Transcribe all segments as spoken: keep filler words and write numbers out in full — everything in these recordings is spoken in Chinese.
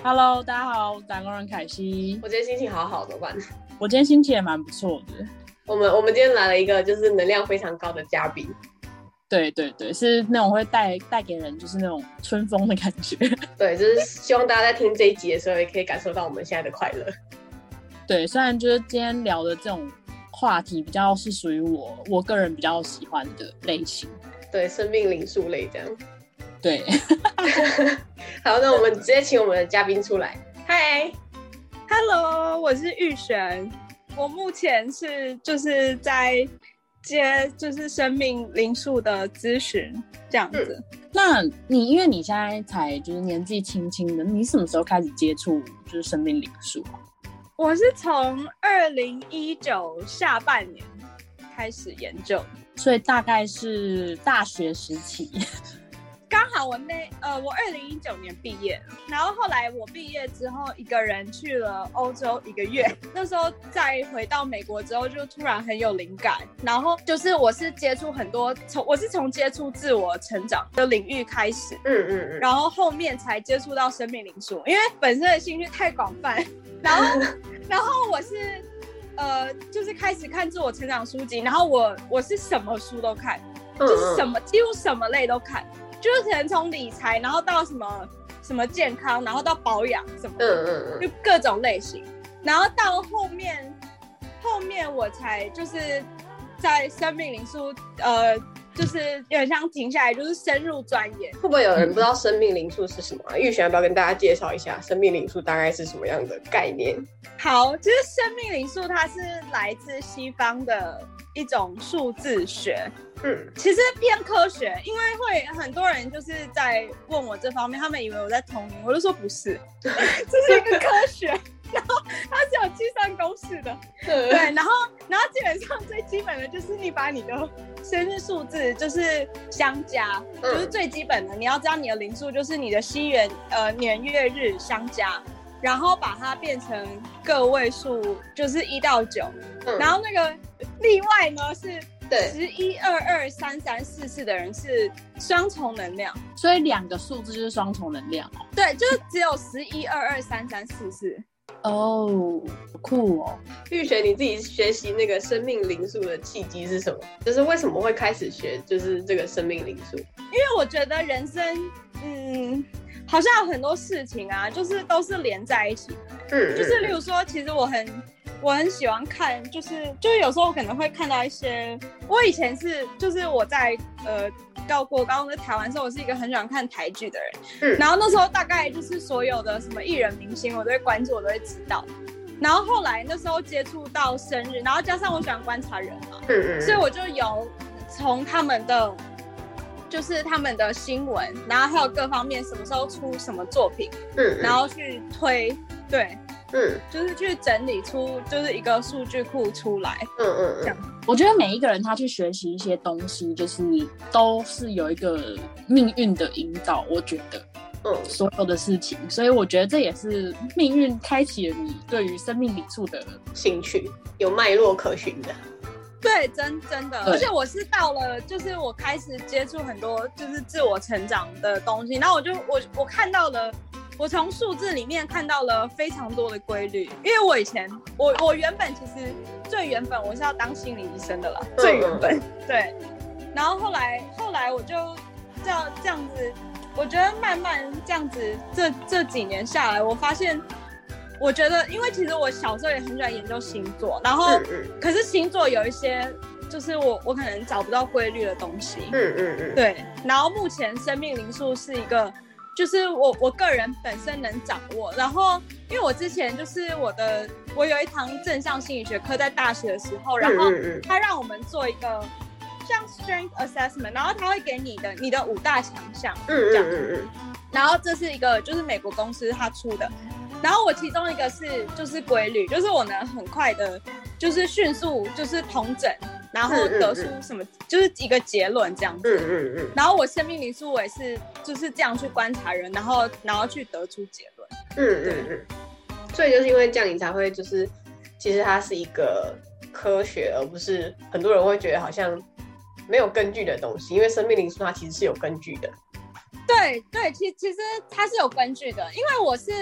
Hello， 大家好，我是打工人凯西。 我今天心情好好，怎么办？ 我今天心情也蛮不错的。 我们我们今天来了一个就是能量非常高的嘉宾。 对对对，是那种会带带给人就是那种春风的感觉。 对，就是希望大家在听这一集的时候，也可以感受到我们现在的快乐。 对，虽然就是今天聊的这种话题比较是属于我我个人比较喜欢的类型。 对，生命灵数类这样。 对。 好，那我们直接请我们的嘉宾出来。嗨 ，Hello， 我是玉璇。我目前是就是在接就是生命灵数的咨询这样子。 嗯、那你因为你现在才就是年纪轻轻的，你什么时候开始接触就是生命灵数？ 我是从二零一九下半年开始研究， 所以大概是大学时期。 刚好我那呃，我二零一九年毕业，然后后来我毕业之后，一个人去了欧洲一个月。那时候再回到美国之后，就突然很有灵感。然后就是我是接触很多，从我是从接触自我成长的领域开始，嗯嗯嗯，然后后面才接触到生命灵数，因为本身的兴趣太广泛。然后，然后我是呃，就是开始看自我成长书籍，然后我我是什么书都看，就是什么几乎什么类都看。就是可能从理财，然后到什么什么健康，然后到保养什么的，嗯嗯嗯，就各种类型。然后到后面，后面我才就是在生命灵数，呃，就是有点像停下来，就是深入钻研。 会不会有人不知道生命灵数是什么啊？玉璇要不要跟大家介绍一下生命灵数大概是什么样的概念？ 好，就是生命灵数它是来自西方的一种数字学。嗯，其实偏科学，因为会很多人就是在问我这方面，他们以为我在通灵，我就说不是，这是一个科学，然后它是有计算公式的，对，然后然后基本上最基本的就是你把你的生日数字就是相加，嗯、就是最基本的，你要知道你的灵数就是你的西元呃年月日相加，然后把它变成个位数，就是一到九，嗯、然后那个例外呢是。十一二二三三四四的人是双重能量， 所以两个数字就是双重能量哦。 对，就是只有十一二二三三四四。 哦，酷哦！ 玉璇，你自己学习那个生命灵数的契机是什么？就是为什么会开始学，就是这个生命灵数？ 因为我觉得人生，嗯，好像有很多事情啊，就是都是连在一起的。嗯，就是例如说，其实我很。我很喜欢看，就是就是有时候我可能会看到一些，我以前是就是我在呃高国高中在台湾的时候，我是一个很喜欢看台剧的人，嗯，然后那时候大概就是所有的什么艺人明星，我都会关注，我都会知道。然后后来那时候接触到生日，然后加上我喜欢观察人嘛，嗯嗯，所以我就有从他们的就是他们的新闻，然后还有各方面什么时候出什么作品，嗯，然后去推，对。嗯，就是去整理出就是一个数据库出来。嗯嗯嗯，这样。 我觉得每一个人他去学习一些东西，就是都是有一个命运的引导。我觉得，嗯，所有的事情，所以我觉得这也是命运开启了你对于生命灵数的兴趣，有脉络可循的。 对，真真的，而且我是到了，就是我开始接触很多就是自我成长的东西，然后我就我我看到了。我从数字里面看到了非常多的规律，因为我以前我我原本其实最原本我是要当心理医生的啦，嗯、最原本对，然后后来后来我就这样这样子，我觉得慢慢这样子这这几年下来，我发现，我觉得因为其实我小时候也很喜欢研究星座，然后、嗯嗯、可是星座有一些就是我我可能找不到规律的东西，嗯嗯嗯，对，然后目前生命灵数是一个。就是我我个人本身能掌握，然后因为我之前就是我的我有一堂正向心理学课在大学的时候，然后他让我们做一个像 strength assessment， 然后他会给你的你的五大强项，这样，然后这是一个就是美国公司他出的，然后我其中一个是就是规律，就是我能很快的，就是迅速就是统整。然后得出什么，嗯嗯嗯就是一个结论这样子。嗯嗯嗯。然后我生命灵数我也是就是这样去观察人，然后然后去得出结论。嗯嗯嗯。所以就是因为这样，你才会就是，其实它是一个科学，而不是很多人会觉得好像没有根据的东西。因为生命灵数它其实是有根据的。 对对，其其实它是有根据的，因为我是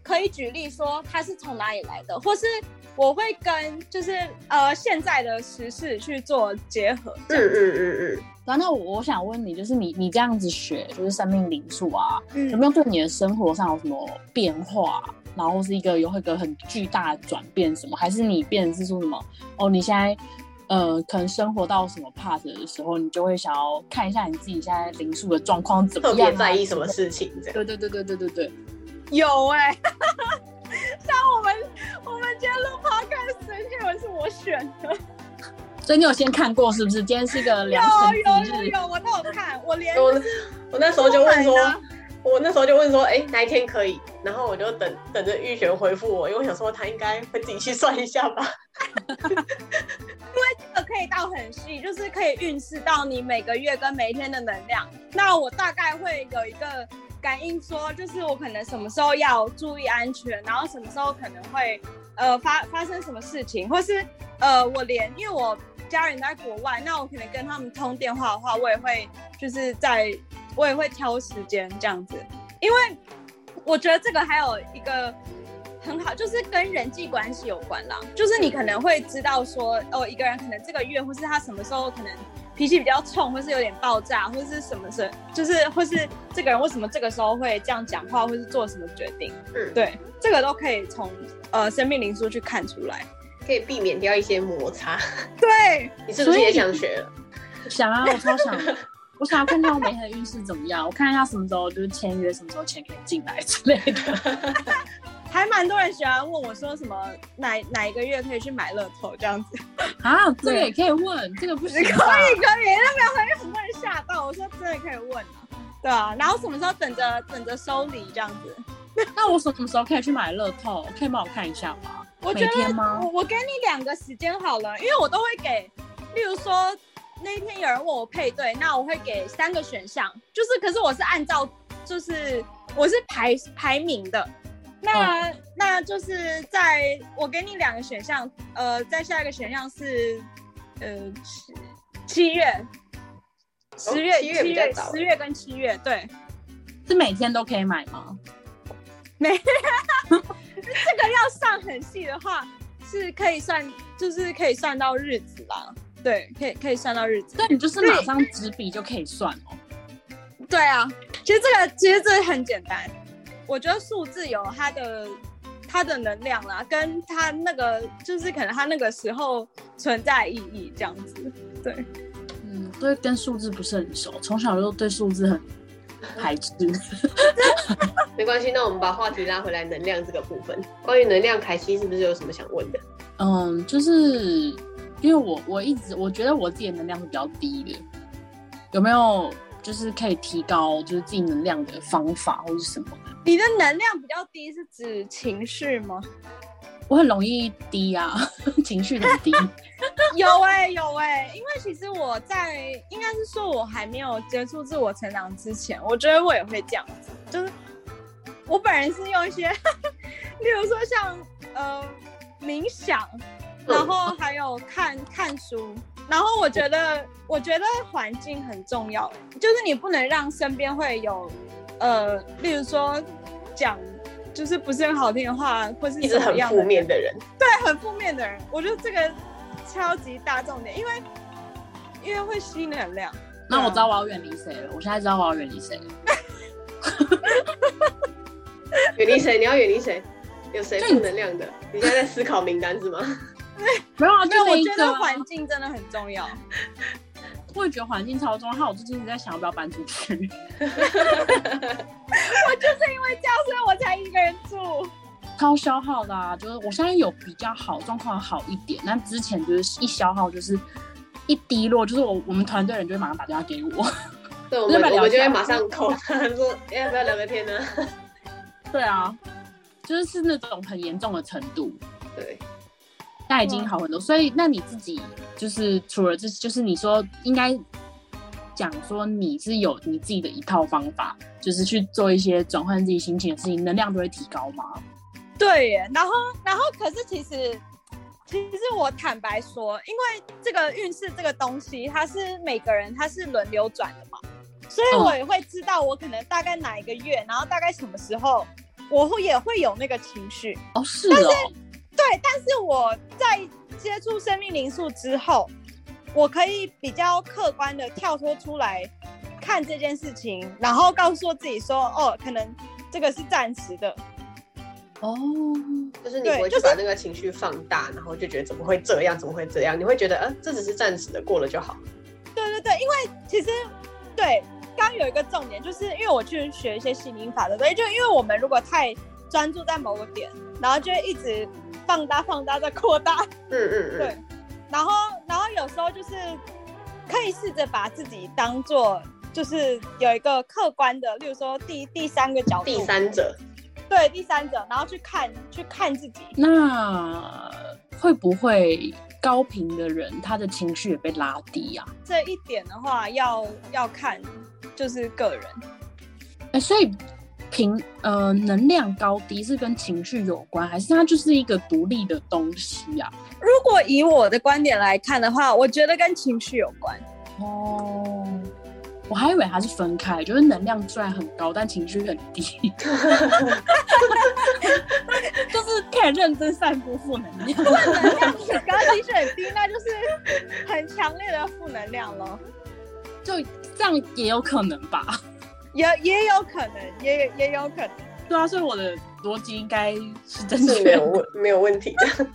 可以举例说它是从哪里来的，或是我会跟就是呃现在的时事去做结合。嗯嗯嗯嗯。 然后那我我想问你，就是你你这样子学就是生命灵数啊、嗯，有没有对你的生活上有什么变化？然后是一个有一个很巨大的转变什么？还是你变成是说什么？哦，你现在呃可能生活到什么 part 的时候，你就会想要看一下你自己现在灵数的状况怎么样、啊， 特别在意什么事情这样？ 对对对对对对对， 有哎、欸，像我们我们今天录 podcast 的新闻是我选的。 所以你有先看过是不是？今天是一个良辰吉日。 有有有有，我都有看，我连我我那时候就问说，我那时候就问说，哎、欸，哪一天可以？然后我就等等着玉璇回复我，因为我想说他应该会自己去算一下吧。 因为这个可以到很细，就是可以运势到你每个月跟每一天的能量。那我大概会有一个感应说，就是我可能什么时候要注意安全，然后什么时候可能会呃发发生什么事情，或是呃我连因为我家人在国外，那我可能跟他们通电话的话，我也会就是在我也会挑时间这样子，因为我觉得这个还有一个很好，就是跟人际关系有关啦，就是你可能会知道说哦，一个人可能这个月或是他什么时候可能脾气比较冲，或是有点爆炸，或是什么事，就是或是这个人为什么这个时候会这样讲话，或是做什么决定，嗯，对，这个都可以从呃生命灵数去看出来， 可以避免掉一些摩擦。 对， 你是不是也想学了？ 想啊，我超想的。我想要看看我每天的运势怎么样，我看一下什么时候就是签约，什么时候钱可以进来之类的。 还蛮多人喜欢问我说什么哪哪一个月可以去买乐透这样子啊，这个也可以问，这个不行吧？ 可以可以，那边很很多人吓到，我说真的可以问啊，对啊，然后什么时候等着等着收礼这样子。 那我什么时候可以去买乐透？可以帮我看一下吗？ 我觉得每天吗？ 我我给你两个时间好了，因为我都会给，例如说那一天有人问我配对，那我会给三个选项，就是可是我是按照就是我是排排名的。那、哦、那就是在我给你两个选项，呃，在下一个选项是呃七月、十月、七月、十月跟七月，对， 是每天都可以买吗？ 每这个要算很细的话，是可以算，就是可以算到日子啦。对，可以可以算到日子。 对，你就是马上纸笔就可以算哦。 对啊，其实这个其实这个很简单。我觉得数字有它的它的能量啦，跟它那个就是可能它那个时候存在意义这样子。对， 嗯，对，跟数字不是很熟，从小就对数字很排斥。 没关系，那我们把话题拉回来，能量这个部分。关于能量，凯西是不是有什么想问的？ 嗯，就是因为我我一直我觉得我自己的能量是比较低的，有没有就是可以提高就是自己能量的方法或是什么的？ 你的能量比较低是指情绪吗？ 我很容易低啊，情绪很低。 有哎、欸、有哎、欸，因为其实我在应该是说我还没有接触自我成长之前，我觉得我也会这样子，就是我本人是用一些，例如说像呃冥想，然后还有看看书，然后我觉得我觉得环境很重要，就是你不能让身边会有呃，例如说讲。就是不是很好听的话，或是一直很负面的人， 对，很负面的人，我觉得这个超级大重点，因为因为会吸能量。 那我知道我要远离谁了，我现在知道我要远离谁了。 远离谁？你要远离谁？有谁负能量的？你现在在思考名单是吗？ 没有啊， 没有，我觉得环境真的很重要。 我也觉得环境超重要，我最近一直在想要不要搬出去。 我就是因为这样，所以我才一个人住。 超消耗的啊，就是我现在有比较好，状况好一点，但之前就是一消耗就是一低落，就是我我们团队人就会马上打电话给我。 对，我们我们就会马上 call 他说，哎、欸，要不要聊个天呢？ 对啊，就是是那种很严重的程度。 对。 但已经好很多，所以那你自己就是除了这，就是你说应该讲说你是有你自己的一套方法，就是去做一些转换自己心情的事情，能量就会提高吗？ 对耶，然后然后可是其实其实我坦白说，因为这个运势这个东西，它是每个人它是轮流转的嘛，所以我也会知道我可能大概哪一个月，然后大概什么时候我会也会有那个情绪哦，是哦， 对，但是我在接触生命灵数之后，我可以比较客观的跳脱出来看这件事情，然后告诉自己说，哦，可能这个是暂时的。 哦， 就是你不会去把那个情绪放大，然后就觉得怎么会这样，怎么会这样？你会觉得，呃，这只是暂时的，过了就好。 对对对，因为其实对，刚刚有一个重点，就是因为我去学一些心灵法的，对，就因为我们如果太专注在某个点，然后就会一直放大、放大再扩大。 嗯嗯嗯。 对，然后然后有时候就是可以试着把自己当做就是有一个客观的，例如说第第三个角度， 第三者。 对，第三者，然后去看去看自己。 那会不会高频的人他的情绪也被拉低啊？ 这一点的话要要看就是个人。 欸、所以频呃能量高低是跟情绪有关，还是它就是一个独立的东西啊？ 如果以我的观点来看的话，我觉得跟情绪有关。 哦，我还以为它是分开，就是能量虽然很高，但情绪很低，就是可以认真散布负能量。 负能量很高，情绪很低，那就是很强烈的负能量了。 就这样也有可能吧？ 也也有可能，也也有可能。 对啊，所以我的逻辑应该是正确的， 是没有问没有问题的。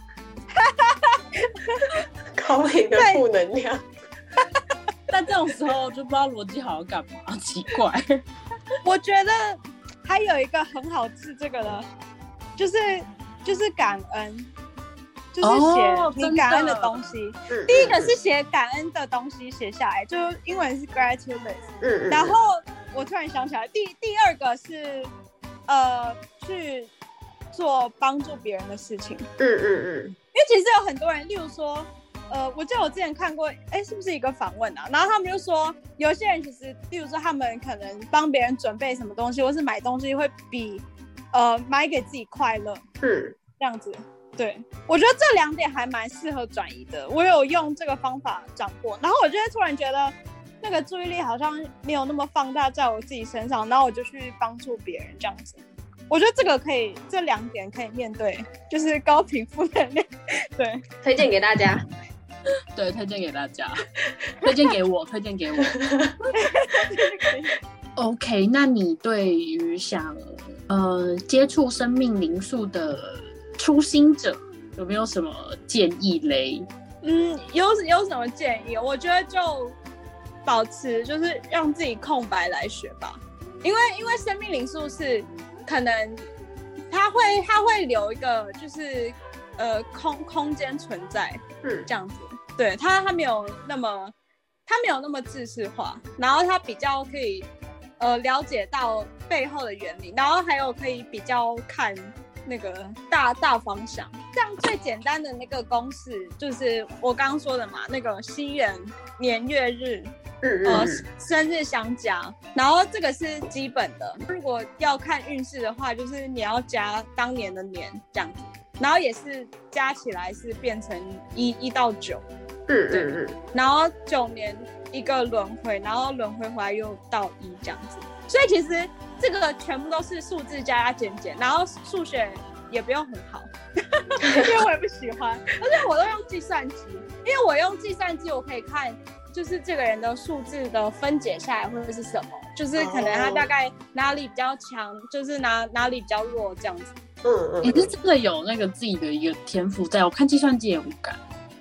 高频的负能量。 但这种时候就不知道逻辑好要干嘛，奇怪。 我觉得还有一个很好治这个的，就是就是感恩，就是写你感恩的东西。哦、第一个是写感恩的东西写下来，就英文是 gratitude list。嗯嗯。然后我突然想起来，第第二个是呃去做帮助别人的事情。嗯嗯嗯。因为其实有很多人，例如说。呃，我记得我之前看过，哎，是不是一个访问啊？然后他们就说，有些人其实，例如说他们可能帮别人准备什么东西，或是买东西，会比呃买给自己快乐，嗯，这样子。对，我觉得这两点还蛮适合转移的。我有用这个方法转过，然后我就会突然觉得，那个注意力好像没有那么放大在我自己身上，然后我就去帮助别人这样子。我觉得这个可以，这两点可以面对，就是高频负能量。对， 推荐给大家。 对，推荐给大家，推荐给我，推荐给我。OK， 那你对于想呃接触生命灵数的初心者有没有什么建议嘞？ 嗯，有有什么建议？我觉得就保持就是让自己空白来学吧，因为因为生命灵数是可能它会它会留一个就是呃空空间存在，嗯，这样子。对他，他没有那么，他没有那么制式化，然后他比较可以，呃，了解到背后的原理，然后还有可以比较看那个大大方向。这样最简单的那个公式就是我刚刚说的嘛，那个西元年月日，呃，生日相加，然后这个是基本的。如果要看运势的话，就是你要加当年的年这样子，然后也是加起来是变成一一到九。嗯嗯嗯，然后九年一个轮回，然后轮回回来又到一这样子，所以其实这个全部都是数字加加减减，然后数学也不用很好，因为我也不喜欢，而且我都用计算机，因为我用计算机我可以看，就是这个人的数字的分解下来会是什么，就是可能他大概哪里比较强，就是哪哪里比较弱这样子。 嗯嗯，你是真的有那个自己的一个天赋在，我看计算机也无感。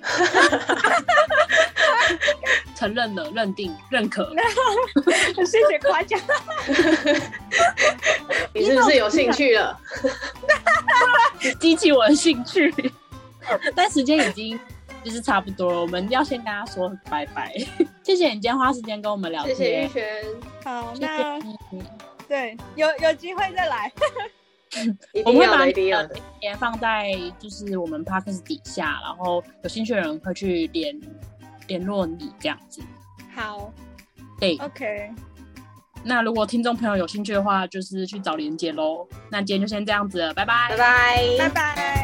承认了，认定，认可。 谢谢夸奖。 你是不是有兴趣了？ 激起我的兴趣，但时间已经就是差不多了，我们要先跟他说拜拜。谢谢你今天花时间跟我们聊天。 谢谢玉璇。 好，那对，有有机会再来。 我们会把你的链放在就是我们 podcast 底下，然后有兴趣的人会去联联络你这样子。 好， 对 ，OK。 那如果听众朋友有兴趣的话，就是去找连结咯。那今天就先这样子了，拜拜， 拜拜， 拜拜。